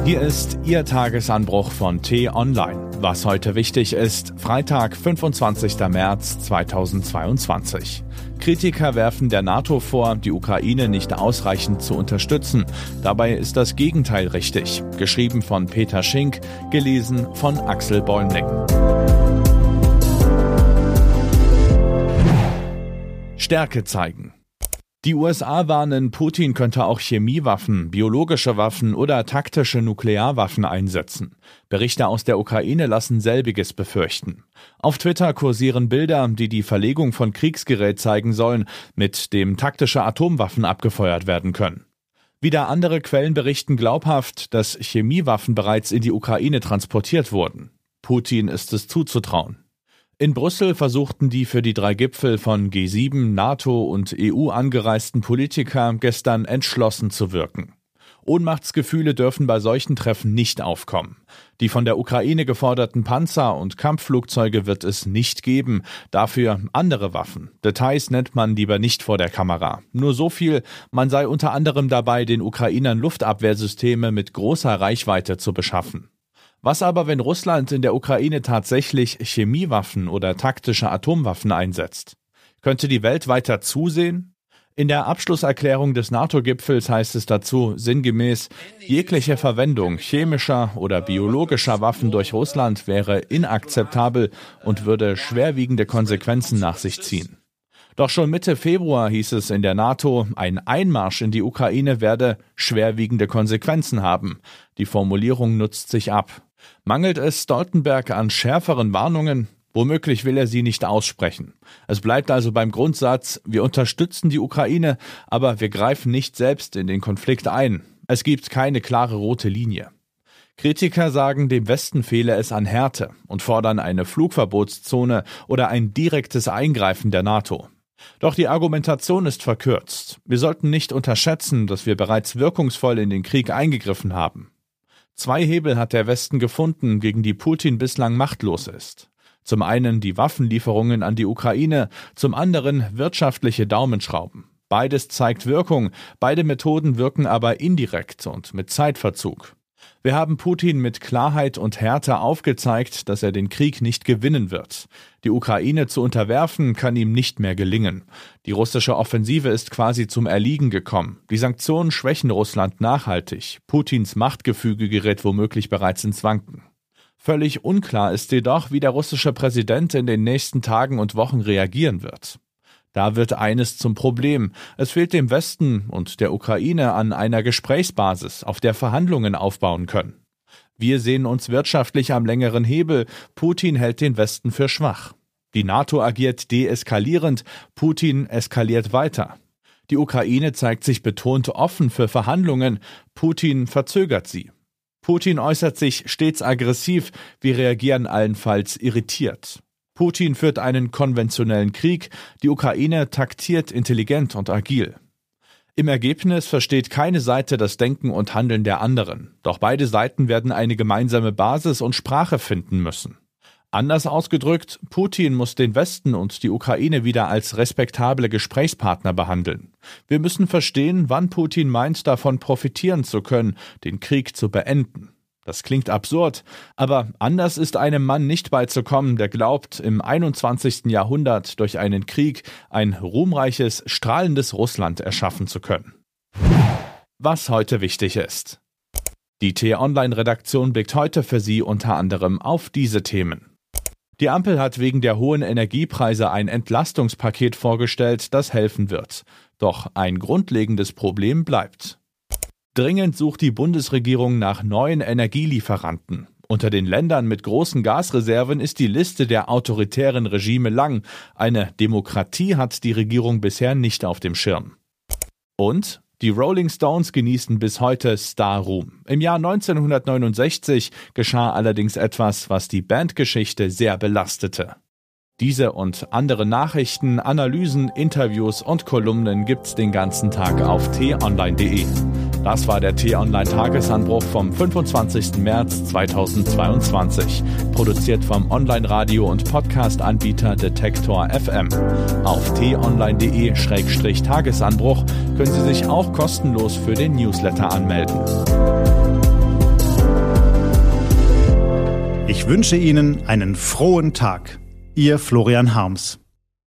Hier ist Ihr Tagesanbruch von T-Online. Was heute wichtig ist, Freitag, 25. März 2022. Kritiker werfen der NATO vor, die Ukraine nicht ausreichend zu unterstützen. Dabei ist das Gegenteil richtig. Geschrieben von Peter Schink, gelesen von Axel Bäumling. Stärke zeigen. Die USA warnen, Putin könnte auch Chemiewaffen, biologische Waffen oder taktische Nuklearwaffen einsetzen. Berichte aus der Ukraine lassen selbiges befürchten. Auf Twitter kursieren Bilder, die die Verlegung von Kriegsgerät zeigen sollen, mit dem taktische Atomwaffen abgefeuert werden können. Wieder andere Quellen berichten glaubhaft, dass Chemiewaffen bereits in die Ukraine transportiert wurden. Putin ist es zuzutrauen. In Brüssel versuchten die für die 3 Gipfel von G7, NATO und EU angereisten Politiker gestern entschlossen zu wirken. Ohnmachtsgefühle dürfen bei solchen Treffen nicht aufkommen. Die von der Ukraine geforderten Panzer und Kampfflugzeuge wird es nicht geben, dafür andere Waffen. Details nennt man lieber nicht vor der Kamera. Nur so viel, man sei unter anderem dabei, den Ukrainern Luftabwehrsysteme mit großer Reichweite zu beschaffen. Was aber, wenn Russland in der Ukraine tatsächlich Chemiewaffen oder taktische Atomwaffen einsetzt? Könnte die Welt weiter zusehen? In der Abschlusserklärung des NATO-Gipfels heißt es dazu sinngemäß, jegliche Verwendung chemischer oder biologischer Waffen durch Russland wäre inakzeptabel und würde schwerwiegende Konsequenzen nach sich ziehen. Doch schon Mitte Februar hieß es in der NATO, ein Einmarsch in die Ukraine werde schwerwiegende Konsequenzen haben. Die Formulierung nutzt sich ab. Mangelt es Stoltenberg an schärferen Warnungen? Womöglich will er sie nicht aussprechen. Es bleibt also beim Grundsatz, wir unterstützen die Ukraine, aber wir greifen nicht selbst in den Konflikt ein. Es gibt keine klare rote Linie. Kritiker sagen, dem Westen fehle es an Härte und fordern eine Flugverbotszone oder ein direktes Eingreifen der NATO. Doch die Argumentation ist verkürzt. Wir sollten nicht unterschätzen, dass wir bereits wirkungsvoll in den Krieg eingegriffen haben. 2 Hebel hat der Westen gefunden, gegen die Putin bislang machtlos ist. Zum einen die Waffenlieferungen an die Ukraine, zum anderen wirtschaftliche Daumenschrauben. Beides zeigt Wirkung, beide Methoden wirken aber indirekt und mit Zeitverzug. Wir haben Putin mit Klarheit und Härte aufgezeigt, dass er den Krieg nicht gewinnen wird. Die Ukraine zu unterwerfen, kann ihm nicht mehr gelingen. Die russische Offensive ist quasi zum Erliegen gekommen. Die Sanktionen schwächen Russland nachhaltig. Putins Machtgefüge gerät womöglich bereits ins Wanken. Völlig unklar ist jedoch, wie der russische Präsident in den nächsten Tagen und Wochen reagieren wird. Da wird eines zum Problem. Es fehlt dem Westen und der Ukraine an einer Gesprächsbasis, auf der Verhandlungen aufbauen können. Wir sehen uns wirtschaftlich am längeren Hebel. Putin hält den Westen für schwach. Die NATO agiert deeskalierend. Putin eskaliert weiter. Die Ukraine zeigt sich betont offen für Verhandlungen. Putin verzögert sie. Putin äußert sich stets aggressiv. Wir reagieren allenfalls irritiert. Putin führt einen konventionellen Krieg, die Ukraine taktiert intelligent und agil. Im Ergebnis versteht keine Seite das Denken und Handeln der anderen. Doch beide Seiten werden eine gemeinsame Basis und Sprache finden müssen. Anders ausgedrückt, Putin muss den Westen und die Ukraine wieder als respektable Gesprächspartner behandeln. Wir müssen verstehen, wann Putin meint, davon profitieren zu können, den Krieg zu beenden. Das klingt absurd, aber anders ist einem Mann nicht beizukommen, der glaubt, im 21. Jahrhundert durch einen Krieg ein ruhmreiches, strahlendes Russland erschaffen zu können. Was heute wichtig ist. Die T-Online-Redaktion blickt heute für Sie unter anderem auf diese Themen. Die Ampel hat wegen der hohen Energiepreise ein Entlastungspaket vorgestellt, das helfen wird. Doch ein grundlegendes Problem bleibt. Dringend sucht die Bundesregierung nach neuen Energielieferanten. Unter den Ländern mit großen Gasreserven ist die Liste der autoritären Regime lang. Eine Demokratie hat die Regierung bisher nicht auf dem Schirm. Und die Rolling Stones genießen bis heute Starruhm. Im Jahr 1969 geschah allerdings etwas, was die Bandgeschichte sehr belastete. Diese und andere Nachrichten, Analysen, Interviews und Kolumnen gibt's den ganzen Tag auf t-online.de. Das war der T-Online-Tagesanbruch vom 25. März 2022, produziert vom Online-Radio- und Podcast-Anbieter Detektor FM. Auf t-online.de/Tagesanbruch können Sie sich auch kostenlos für den Newsletter anmelden. Ich wünsche Ihnen einen frohen Tag. Ihr Florian Harms.